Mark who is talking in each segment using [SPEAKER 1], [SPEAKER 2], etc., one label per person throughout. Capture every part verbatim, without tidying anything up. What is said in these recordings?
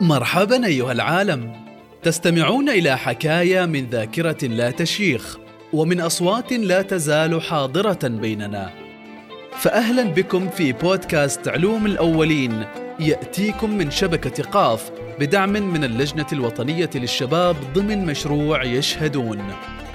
[SPEAKER 1] مرحبا أيها العالم، تستمعون إلى حكاية من ذاكرة لا تشيخ ومن أصوات لا تزال حاضرة بيننا. فأهلا بكم في بودكاست علوم الأولين، يأتيكم من شبكة قاف بدعم من اللجنة الوطنية للشباب ضمن مشروع يشهدون.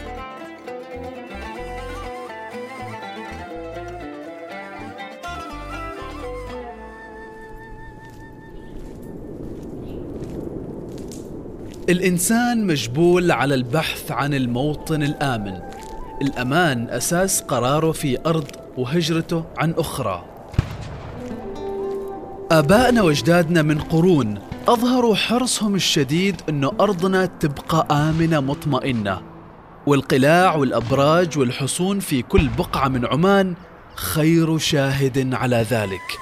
[SPEAKER 1] الإنسان مجبول على البحث عن الموطن الآمن. الأمان أساس قراره في أرض وهجرته عن أخرى. آبائنا وأجدادنا من قرون أظهروا حرصهم الشديد أن أرضنا تبقى آمنة مطمئنة، والقلاع والأبراج والحصون في كل بقعة من عمان خير شاهد على ذلك.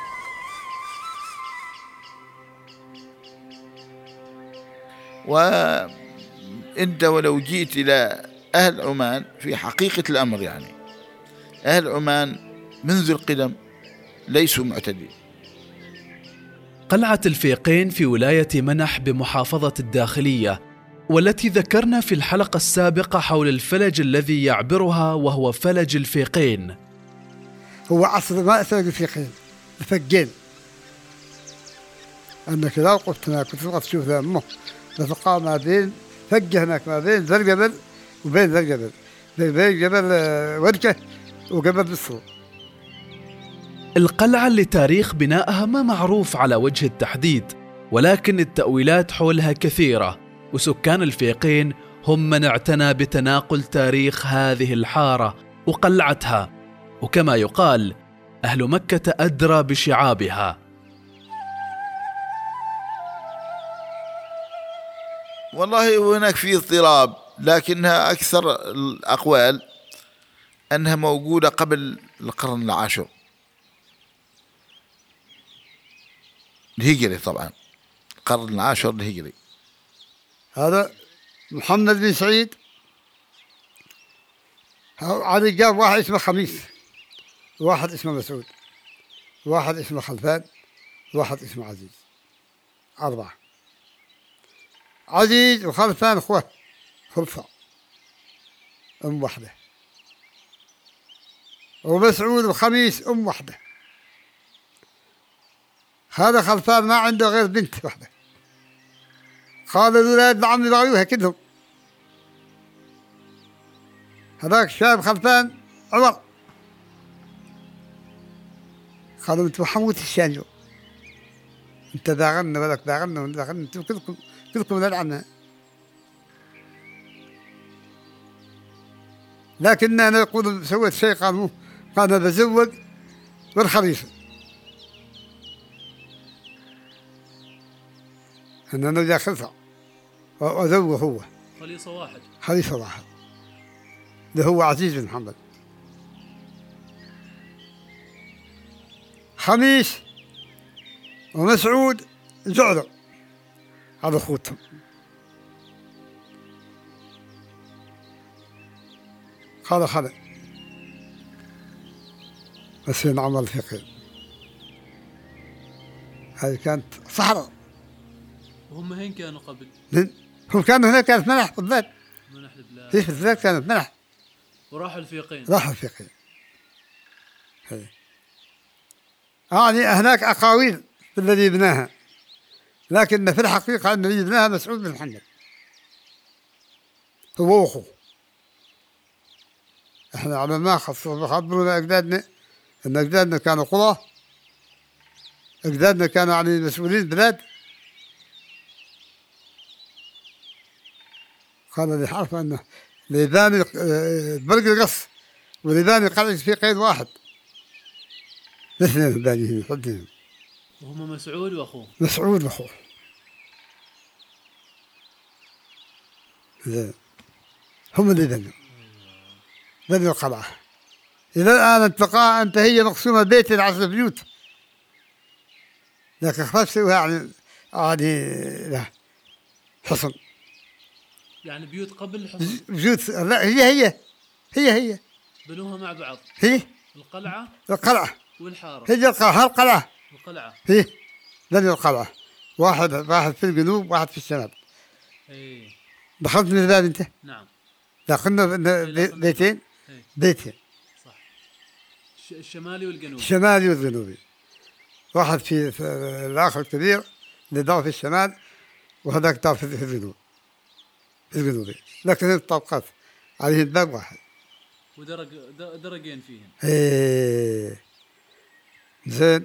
[SPEAKER 2] وأنت ولو جيت إلى أهل عمان في حقيقة الأمر، يعني أهل عمان منذ القدم ليسوا معتدين.
[SPEAKER 1] قلعة الفيقين في ولاية منح بمحافظة الداخلية، والتي ذكرنا في الحلقة السابقة حول الفلج الذي يعبرها وهو فلج الفيقين.
[SPEAKER 3] هو عصر ما فلج الفيقين الفقين، أنك لو قلت هناك كنت تشوف ذا أمه لتقع ما بين فقه هناك ما بين ذا الجبل وبين ذا الجبل، بين جبل وركة وجبل مصر.
[SPEAKER 1] القلعة اللي تاريخ بنائها ما معروف على وجه التحديد، ولكن التأويلات حولها كثيرة، وسكان الفيقين هم من اعتنى بتناقل تاريخ هذه الحارة وقلعتها، وكما يقال أهل مكة أدرى بشعابها.
[SPEAKER 2] والله هناك في اضطراب، لكنها أكثر الأقوال أنها موجودة قبل القرن العاشر الهجري، طبعا القرن العاشر الهجري.
[SPEAKER 3] هذا محمد بن سعيد علي جاب واحد اسمه خميس، واحد اسمه مسعود، واحد اسمه خلفان، واحد اسمه عزيز، أربعة. عزيز وخلفان أخوة خلفاء أم واحدة، ومسعود وخميس أم واحدة. هذا خلفان ما عنده غير بنت واحدة، قال الأولاد لعمي بغيوها كلهم. هذاك شاب خلفان عمر قالوا انتوا حموت الشانجو، انت داغلنا ولك داغلنا وداغلنا، انتوا كلكم كلكم ولاد عمنا. لكن أنا يقول سويت شيء قالوا قال أنا بزوج والخليفة، أن أنا جا خلفة وأزوج هو
[SPEAKER 1] خليفة واحد
[SPEAKER 3] خليفة واحد اللي هو عزيز بن محمد. خميس ومسعود زعلوا على أخوتهم، خلا خلا بس نعمل فقه. هذه كانت صحراء.
[SPEAKER 1] وهم هين كانوا قبل؟
[SPEAKER 3] هم كانوا هنا، كانت منح بالذات،
[SPEAKER 1] منح البلاد،
[SPEAKER 3] هي في البلاد كانت منح،
[SPEAKER 1] وراحوا الفيقين
[SPEAKER 3] راحوا الفيقين. يعني هناك أقاويل في الذي بناها، لكن في الحقيقة أن الذي بناها مسعود بن محمد هو أخوه. احنا على ما خبرونا أجدادنا أن أجدادنا كانوا قضاة، أجدادنا كانوا يعني مسؤولين البلاد. قال لي حرف أنه ليباني برق القص وليباني قلعة في قيد واحد، الاثنين البانيين حدهم،
[SPEAKER 1] وهم مسعود وأخوه.
[SPEAKER 3] مسعود وأخوه هم اللي بنوا بنوا القلعة. إلى الآن التقاء أنت هي مقسومة بيت العشر بيوت، لكن خلاص سوها يعني يعني لا حصن،
[SPEAKER 1] يعني بيوت قبل الحصن،
[SPEAKER 3] بيوت لا هي هي هي هي
[SPEAKER 1] بنوها مع بعض.
[SPEAKER 3] هي
[SPEAKER 1] القلعة
[SPEAKER 3] القلعة
[SPEAKER 1] والحارة،
[SPEAKER 3] هي القلعة القلعة
[SPEAKER 1] القلعة
[SPEAKER 3] هي بنوا القلعة واحد واحد في الجنوب واحد في الشمال.
[SPEAKER 1] ايه
[SPEAKER 3] دخلت من الباب انت؟
[SPEAKER 1] نعم.
[SPEAKER 3] دخلنا بيتين بيتين
[SPEAKER 1] صح. الشمالي والجنوبي.
[SPEAKER 3] الشمالي والجنوبي. واحد في الاخر الكبير اللي دار في الشمال، وهذاك دار في الجنوب في الجنوبي، لكن الطبقات عليه الباب واحد.
[SPEAKER 1] ودرج درجين فيهم.
[SPEAKER 3] ايه زين.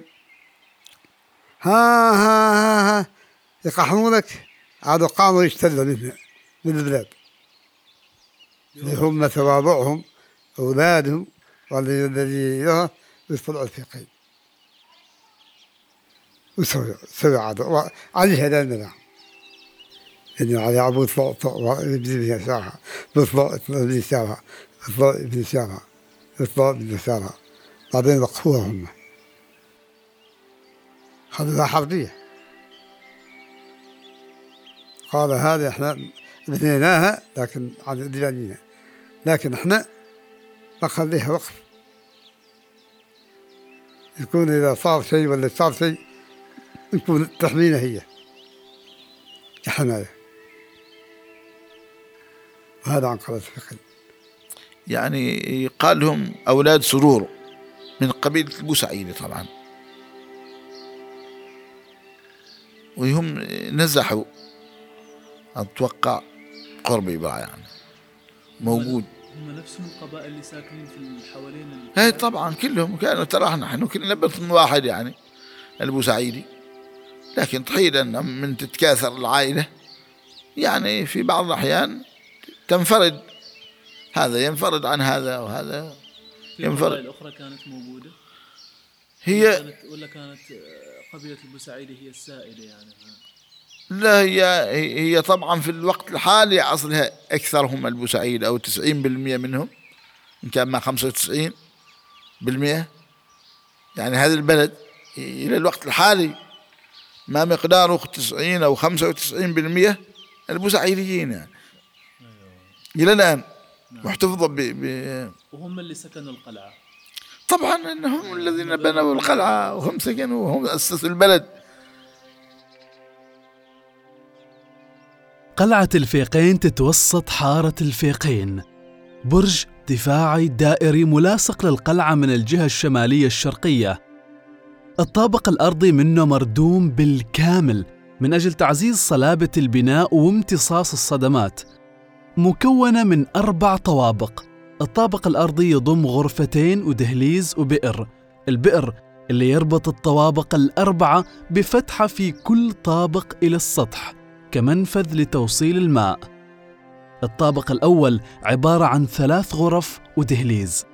[SPEAKER 3] ها ها ها يقحمونك، عادوا قاموا يشتلوا من من البلاد اللي هم توابعهم أولادهم والذي يطلعوا الفقيه وسوي سوي عادوا عليه هذا المنع إنه على عبود طلع طلع ابن سارة بطلع ابن سارة بطلع ابن سارة بطلع ابن سارة بعدين وقفوها هم خذوها حربية. قال هذا احنا بنيناها لكن على ديانينا، لكن احنا نخليها وقف، يكون اذا صار شيء ولا صار شيء نكون تحمينا هي كحماية. وهذا عن قرية الفقيه.
[SPEAKER 2] يعني يقال لهم أولاد سرور من قبيلة البوسعيدي طبعا، وهم نزحوا أتوقع قرب إبرة يعني موجود.
[SPEAKER 1] هم نفسهم القبائل اللي ساكنين في الحوالين.
[SPEAKER 2] هاي طبعا كلهم كانوا، ترى نحن كلنا بطن واحد يعني البوسعيدي، لكن تحيلا من تتكاثر العائلة يعني في بعض الأحيان تنفرد، هذا ينفرد عن هذا وهذا ينفرد.
[SPEAKER 1] القبائل الأخرى كانت موجودة
[SPEAKER 2] هي
[SPEAKER 1] كانت ولا كانت قبيلة البوسعيدي هي السائدة يعني؟
[SPEAKER 2] لا هي هي طبعا في الوقت الحالي أصلها أكثرهم البوسعيد، أو تسعين بالمئة منهم إن كان ما خمسة وتسعين بالمئة يعني هذا البلد إلى الوقت الحالي ما مقداره تسعين أو خمسة وتسعين بالمئة البوسعيديين يعني إلى الآن محتفظة ب... ب...
[SPEAKER 1] وهم اللي سكنوا القلعة
[SPEAKER 2] طبعا، إنهم الذين بنوا القلعة وهم سكنوا وهم أسسوا البلد.
[SPEAKER 1] قلعة الفيقين تتوسط حارة الفيقين، برج دفاعي دائري ملاصق للقلعة من الجهة الشمالية الشرقية. الطابق الأرضي منه مردوم بالكامل من أجل تعزيز صلابة البناء وامتصاص الصدمات، مكونة من أربع طوابق. الطابق الأرضي يضم غرفتين ودهليز وبئر، البئر اللي يربط الطوابق الأربعة بفتحة في كل طابق إلى السطح كمنفذ لتوصيل الماء. الطابق الأول عبارة عن ثلاث غرف ودهليز.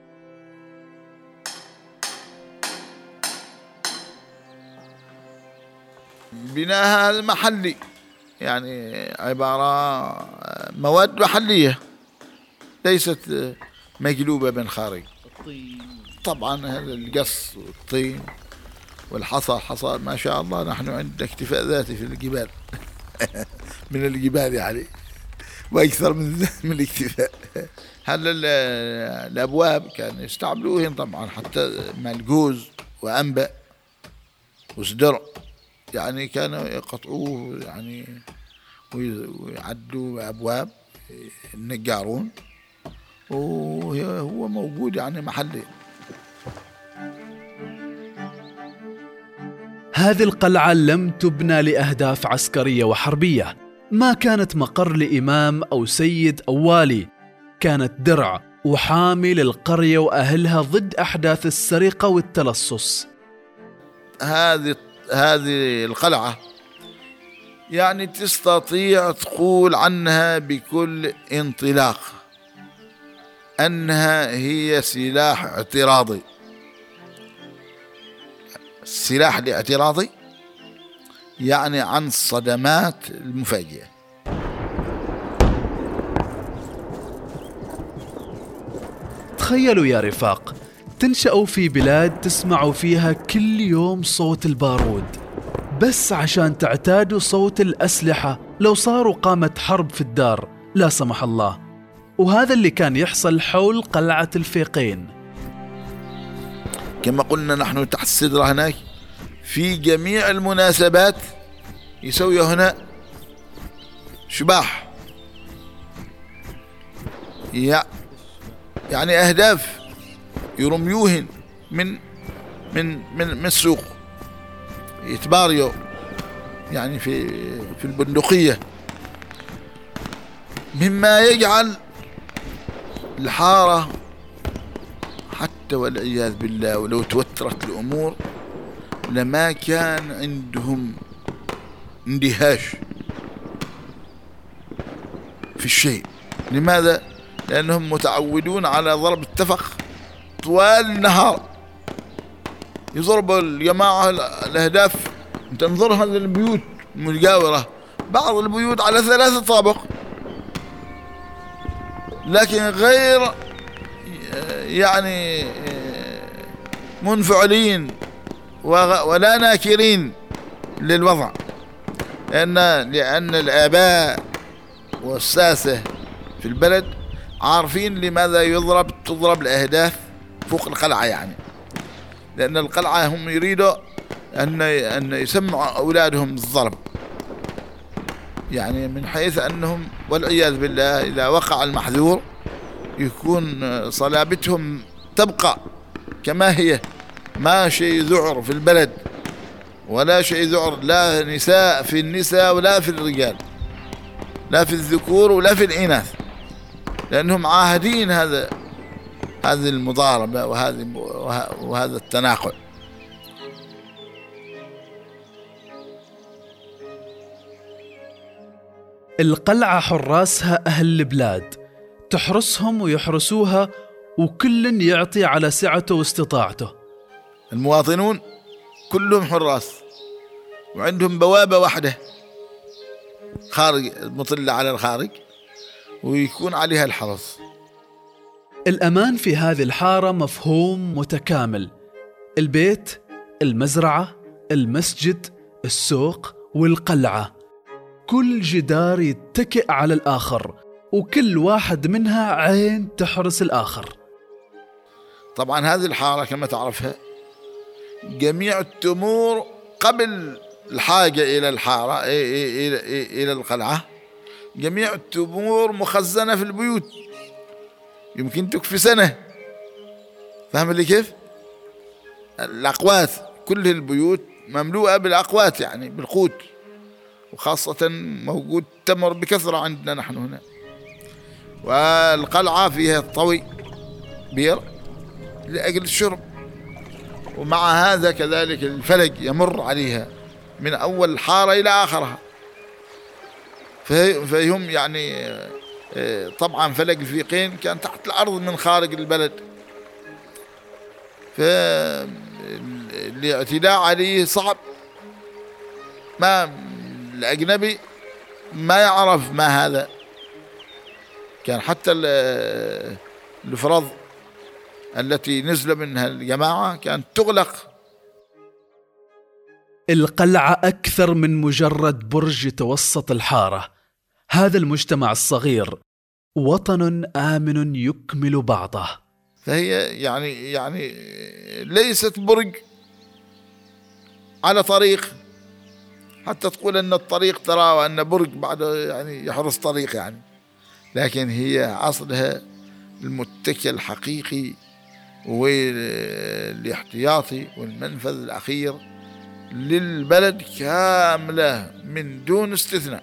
[SPEAKER 2] بناها المحلي يعني عبارة مواد محلية ليست مقلوبة من خارج.
[SPEAKER 1] الطين
[SPEAKER 2] طبعا هذا القص والطين والحصى، حصى ما شاء الله نحن عندنا اكتفاء ذاتي في الجبال من الجبال يعني وأكثر من من الاكتفاء. هلا الأبواب كانوا يستعملوهن طبعا حتى ملجوز وأنبأ وصدر، يعني كانوا يقطعوه يعني ويعدوا أبواب النجارون، وهو موجود يعني محلي.
[SPEAKER 1] هذه القلعة لم تبنى لأهداف عسكرية وحربية، ما كانت مقر لإمام أو سيد أو والي، كانت درع وحامي للقرية وأهلها ضد أحداث السرقة والتلصص.
[SPEAKER 2] هذه هذه القلعة يعني تستطيع تقول عنها بكل انطلاق أنها هي سلاح اعتراضي. السلاح الاعتراضي يعني عن الصدمات المفاجئة.
[SPEAKER 1] تخيلوا يا رفاق، تنشأوا في بلاد تسمعوا فيها كل يوم صوت البارود، بس عشان تعتادوا صوت الأسلحة لو صاروا قامت حرب في الدار لا سمح الله. وهذا اللي كان يحصل حول قلعة الفيقين.
[SPEAKER 2] كما قلنا نحن تحت السدرة هناك في جميع المناسبات يسوي هنا شباح، يعني أهداف يرميوهن من من من من السوق، يتباريوا يعني في في البندقية، مما يجعل الحارة حتى والعياذ بالله ولو توترت الأمور لما كان عندهم اندهاش في الشيء. لماذا؟ لأنهم متعودون على ضرب التفخ طوال النهار، يضربوا الجماعة الأهداف. انت انظر هذه البيوت المجاورة، بعض البيوت على ثلاثة طابق، لكن غير يعني منفعلين ولا ناكرين للوضع، لأن لأن الآباء والساسة في البلد عارفين لماذا يضرب تضرب الأهداف فوق القلعة، يعني لأن القلعة هم يريدوا أن أن يسمعوا أولادهم الضرب، يعني من حيث أنهم والعياذ بالله إذا وقع المحذور يكون صلابتهم تبقى كما هي، ما شيء ذعر في البلد ولا شيء ذعر، لا نساء في النساء ولا في الرجال، لا في الذكور ولا في الإناث، لأنهم عاهدين هذا هذه المضاربة وهذه وهذا التناقض.
[SPEAKER 1] القلعة حراسها أهل البلاد، تحرسهم ويحرسوها، وكل يعطي على سعته واستطاعته.
[SPEAKER 2] المواطنون كلهم حراس، وعندهم بوابة واحدة خارج مطلة على الخارج ويكون عليها الحرس.
[SPEAKER 1] الأمان في هذه الحارة مفهوم متكامل: البيت، المزرعة، المسجد، السوق والقلعة، كل جدار يتكئ على الآخر، وكل واحد منها عين تحرس الآخر.
[SPEAKER 2] طبعا هذه الحارة كما تعرفها جميع التمور قبل الحاجة إلى الحارة إلى إلى القلعة، جميع التمور مخزنة في البيوت يمكن تكفي سنة. فهم لي كيف؟ الأقوات، كل البيوت مملوءة بالأقوات، يعني بالقوت، وخاصة موجود تمر بكثرة عندنا نحن هنا. والقلعة فيها طوي بير لأجل الشرب، ومع هذا كذلك الفلج يمر عليها من أول الحارة إلى آخرها، فهم يعني طبعا فلج الفيقين كان تحت الأرض من خارج البلد، فالاعتداء عليه صعب. ما الأجنبي ما يعرف ما هذا، كان حتى الفرض التي نزل منها الجماعة كانت تغلق.
[SPEAKER 1] القلعة أكثر من مجرد برج يتوسط الحارة، هذا المجتمع الصغير وطن آمن يكمل بعضه.
[SPEAKER 2] فهي يعني يعني ليست برج على طريق حتى تقول أن الطريق ترى وأن برج بعد يعني يحرس طريق يعني، لكن هي أصلها المتكئ الحقيقي والاحتياطي والمنفذ الأخير للبلد كاملة من دون استثناء.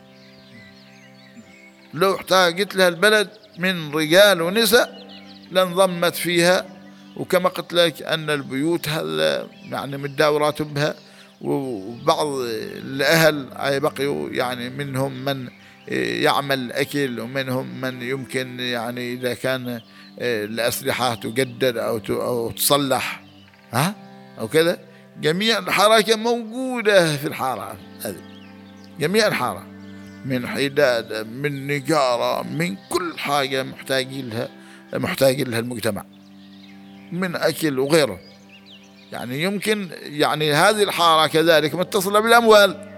[SPEAKER 2] لو احتاجت لها البلد من رجال ونساء لانضمت فيها. وكما قلت لك أن البيوت هذا يعني متداورات بها، وبعض الأهل بقيوا يعني منهم من يعمل أكل، ومنهم من يمكن يعني إذا كان الأسلحة تجدد أو أو تصلح ها أو كذا. جميع الحركة موجودة في الحارة هذه، جميع الحارة من حداد من نجارة من كل حاجة محتاجين لها محتاجين لها المجتمع من أكل وغيره. يعني يمكن يعني هذه الحارة كذلك متصلة بالأموال،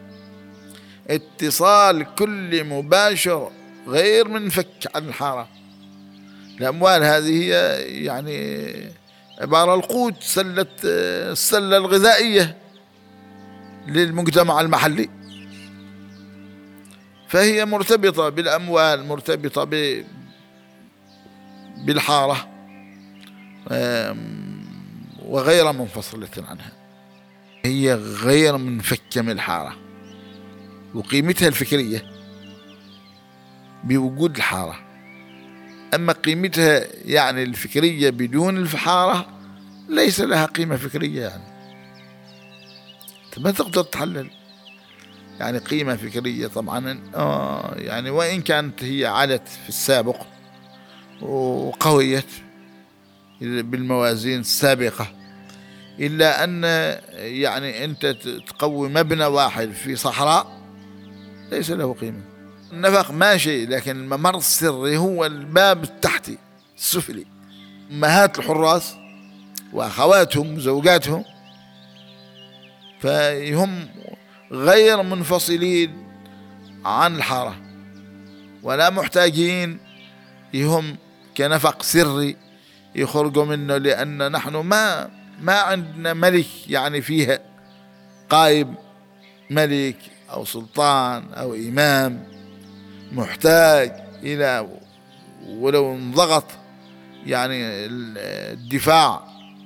[SPEAKER 2] اتصال كل مباشر غير منفك عن الحارة. الأموال هذه هي يعني عبارة القوت، سلة السلة الغذائية للمجتمع المحلي. فهي مرتبطة بالأموال، مرتبطة بالحارة وغير منفصلة عنها، هي غير منفكة من الحارة، وقيمتها الفكرية بوجود الحارة. أما قيمتها يعني الفكرية بدون الحارة ليس لها قيمة فكرية، يعني ما تقدر تحلل يعني قيمة فكرية. طبعا آه يعني وإن كانت هي علت في السابق وقويت بالموازين السابقة، إلا أن يعني أنت تقوي مبنى واحد في صحراء ليس له قيمة. النفق ماشي، لكن الممر السري هو الباب التحتي السفلي. أمهات الحراس وأخواتهم وزوجاتهم فهم غير منفصلين عن الحارة ولا محتاجين هم كنفق سري يخرجوا منه، لأن نحن ما ما عندنا ملك يعني فيها قائم ملك أو سلطان أو إمام محتاج إلى، ولو انضغط يعني الدفاع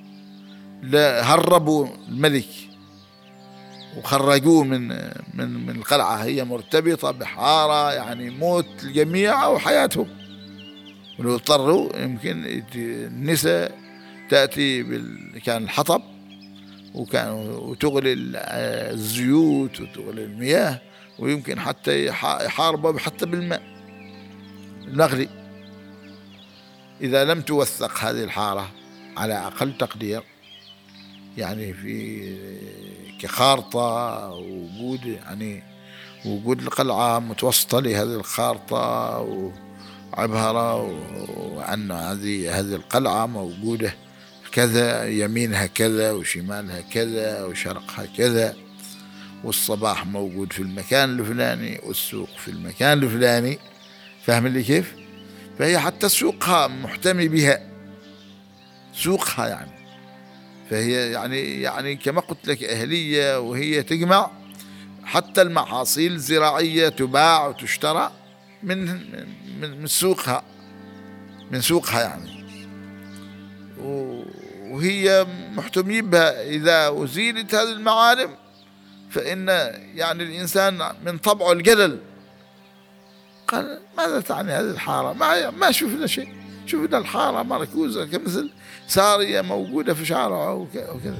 [SPEAKER 2] هربوا الملك وخرجوه من من من القلعة. هي مرتبطة بحارة يعني موت الجميع أو حياتهم، ولو اضطروا يمكن النساء تأتي بال... كان الحطب وكان وتغلي الزيوت وتغلي المياه، ويمكن حتى يحاربوا حتى بالماء المغلي. إذا لم توثق هذه الحارة على أقل تقدير يعني في كخارطة وجود يعني وجود القلعة متوسطة لهذه الخارطة وعبهرة، وأن هذه هذه القلعة موجودة كذا، يمينها كذا وشمالها كذا وشرقها كذا، والصباح موجود في المكان الفلاني والسوق في المكان الفلاني. فاهم لي كيف؟ فهي حتى سوقها محتمي بها، سوقها يعني فهي يعني يعني كما قلت لك أهلية، وهي تجمع حتى المحاصيل الزراعية تباع وتشترى من من من سوقها من سوقها يعني، وهي محتمي بها. إذا أزيلت هذه المعالم فإن يعني الإنسان من طبعه الجدل، قال ماذا تعني هذه الحارة؟ ما ما شفنا شيء، شفنا الحارة مركوزة كمثل سارية موجودة في شارع وكذا.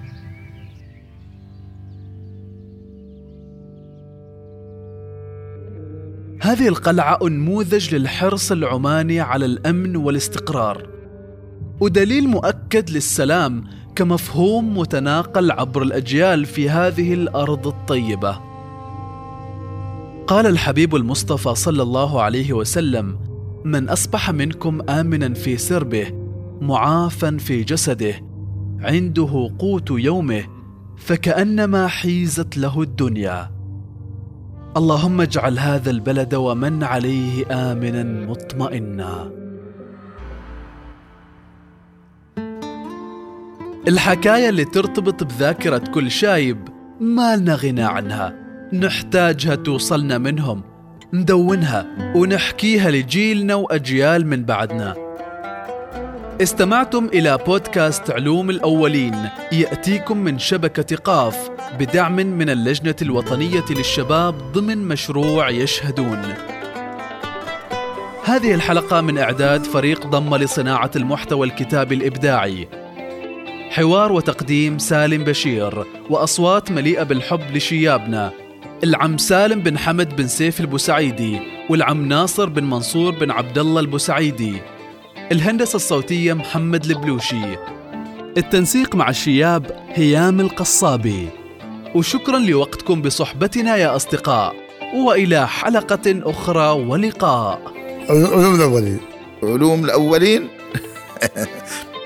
[SPEAKER 1] هذه القلعة نموذج للحرص العماني على الأمن والاستقرار، ودليل مؤكد للسلام كمفهوم متناقل عبر الأجيال في هذه الأرض الطيبة. قال الحبيب المصطفى صلى الله عليه وسلم: من أصبح منكم آمنا في سربه معافا في جسده عنده قوت يومه فكأنما حيزت له الدنيا. اللهم اجعل هذا البلد ومن عليه آمنا مطمئنا. الحكاية اللي ترتبط بذاكرة كل شايب ما لنا غنى عنها، نحتاجها توصلنا منهم، ندونها ونحكيها لجيلنا وأجيال من بعدنا. استمعتم إلى بودكاست علوم الأولين يأتيكم من شبكة قاف بدعم من اللجنة الوطنية للشباب ضمن مشروع يشهدون. هذه الحلقة من إعداد فريق ضم لصناعة المحتوى الكتابي الإبداعي، حوار وتقديم سالم بشير، وأصوات مليئة بالحب لشيابنا العم سالم بن حمد بن سيف البوسعيدي والعم ناصر بن منصور بن عبد الله البوسعيدي. الهندسة الصوتية محمد البلوشي. التنسيق مع الشياب هيام القصابي. وشكرا لوقتكم بصحبتنا يا أصدقاء، وإلى حلقة أخرى ولقاء.
[SPEAKER 3] علوم الأولين
[SPEAKER 2] علوم الأولين